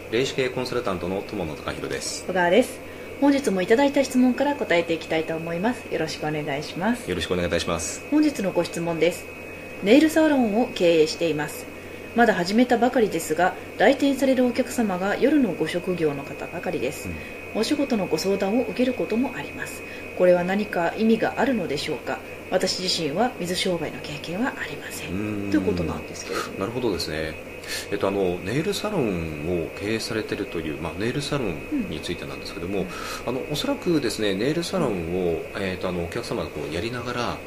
霊視系コンサルタントの友野貴弘です。 小川です。本日もいただいた質問から答えていきたいと思います。よろしくお願いします。 よろしくお願いいたします。 本日のご質問です。ネイルサロンを経営しています。まだ始めたばかりですが、来店されるお客様が夜のご職業の方ばかりです。お仕事のご相談を受けることもあります。これは何か意味があるのでしょうか。私自身は水商売の経験はありません。ということなんですけれども。 なるほどですね。ネイルサロンを経営されているという、ネイルサロンについてなんですけども、おそらくですね、ネイルサロンを、お客様がこうやりながら、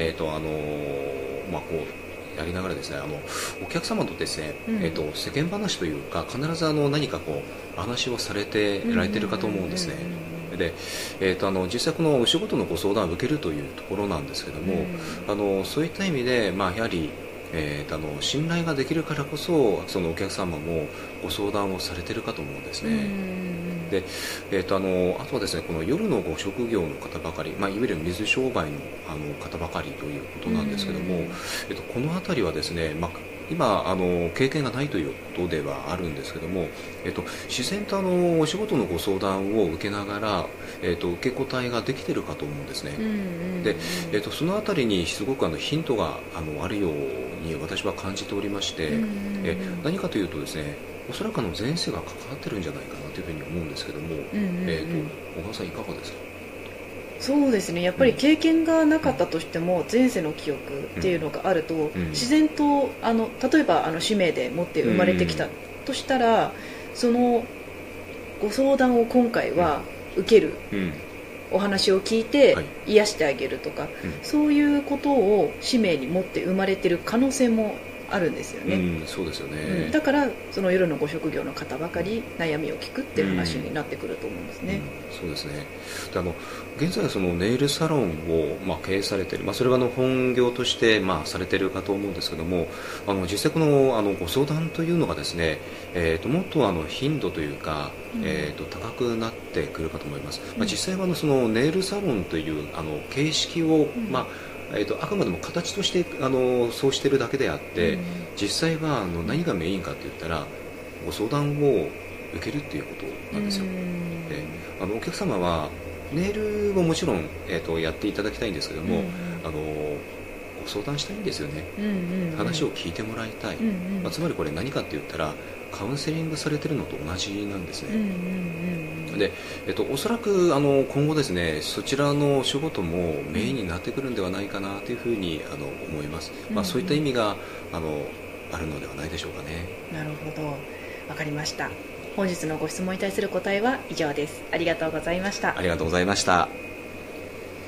やりながらですね、お客様とですね、世間話というか、必ず何かこう話をされてられているかと思うんですね。で実際このお仕事のご相談を受けるというところなんですけども、そういった意味で、やはり信頼ができるからこそ、そのお客様もご相談をされているかと思うんですね。であとはですね、この夜のご職業の方ばかり、いわゆる水商売の方ばかりということなんですけども、この辺りはですね、今経験がないということではあるんですけども、自然とお仕事のご相談を受けながら、受け答えができているかと思うんですね。でそのあたりにすごくヒントがあるように私は感じておりまして、何かというとですね、おそらく前世が関わってるんじゃないかなというふうに思うんですけども、小川さんいかがですか？ そうですね、やっぱり経験がなかったとしても、前世の記憶っていうのがあると、自然と例えば使命で持って生まれてきたとしたら、そのご相談を今回は受ける、お話を聞いて癒してあげるとか、そういうことを使命に持って生まれている可能性もあるんですよね。 そうですよね。 だからその夜のご職業の方ばかり悩みを聞くっていう話になってくると思うんですね。 そうですね。で現在はそのネイルサロンを経営されている、それが本業としてされているかと思うんですけども、実際このご相談というのがですね、もっと頻度というか、高くなってくるかと思います。実際はそのネイルサロンという形式を、あくまでも形としてそうしているだけであって、実際は何がメインかといったらご相談を受けるっていうことなんですよ。でお客様はネイルももちろん、やっていただきたいんですけども、ご相談したいんですよね。話を聞いてもらいたい。つまりこれ何かって言ったらカウンセリングされてるのと同じなんですね。でおそらく今後ですね、そちらの仕事もメインになってくるんではないかなというふうに思います。そういった意味があるのではないでしょうかね。 なるほど、わかりました。本日のご質問に対する答えは以上です。ありがとうございました。 ありがとうございました。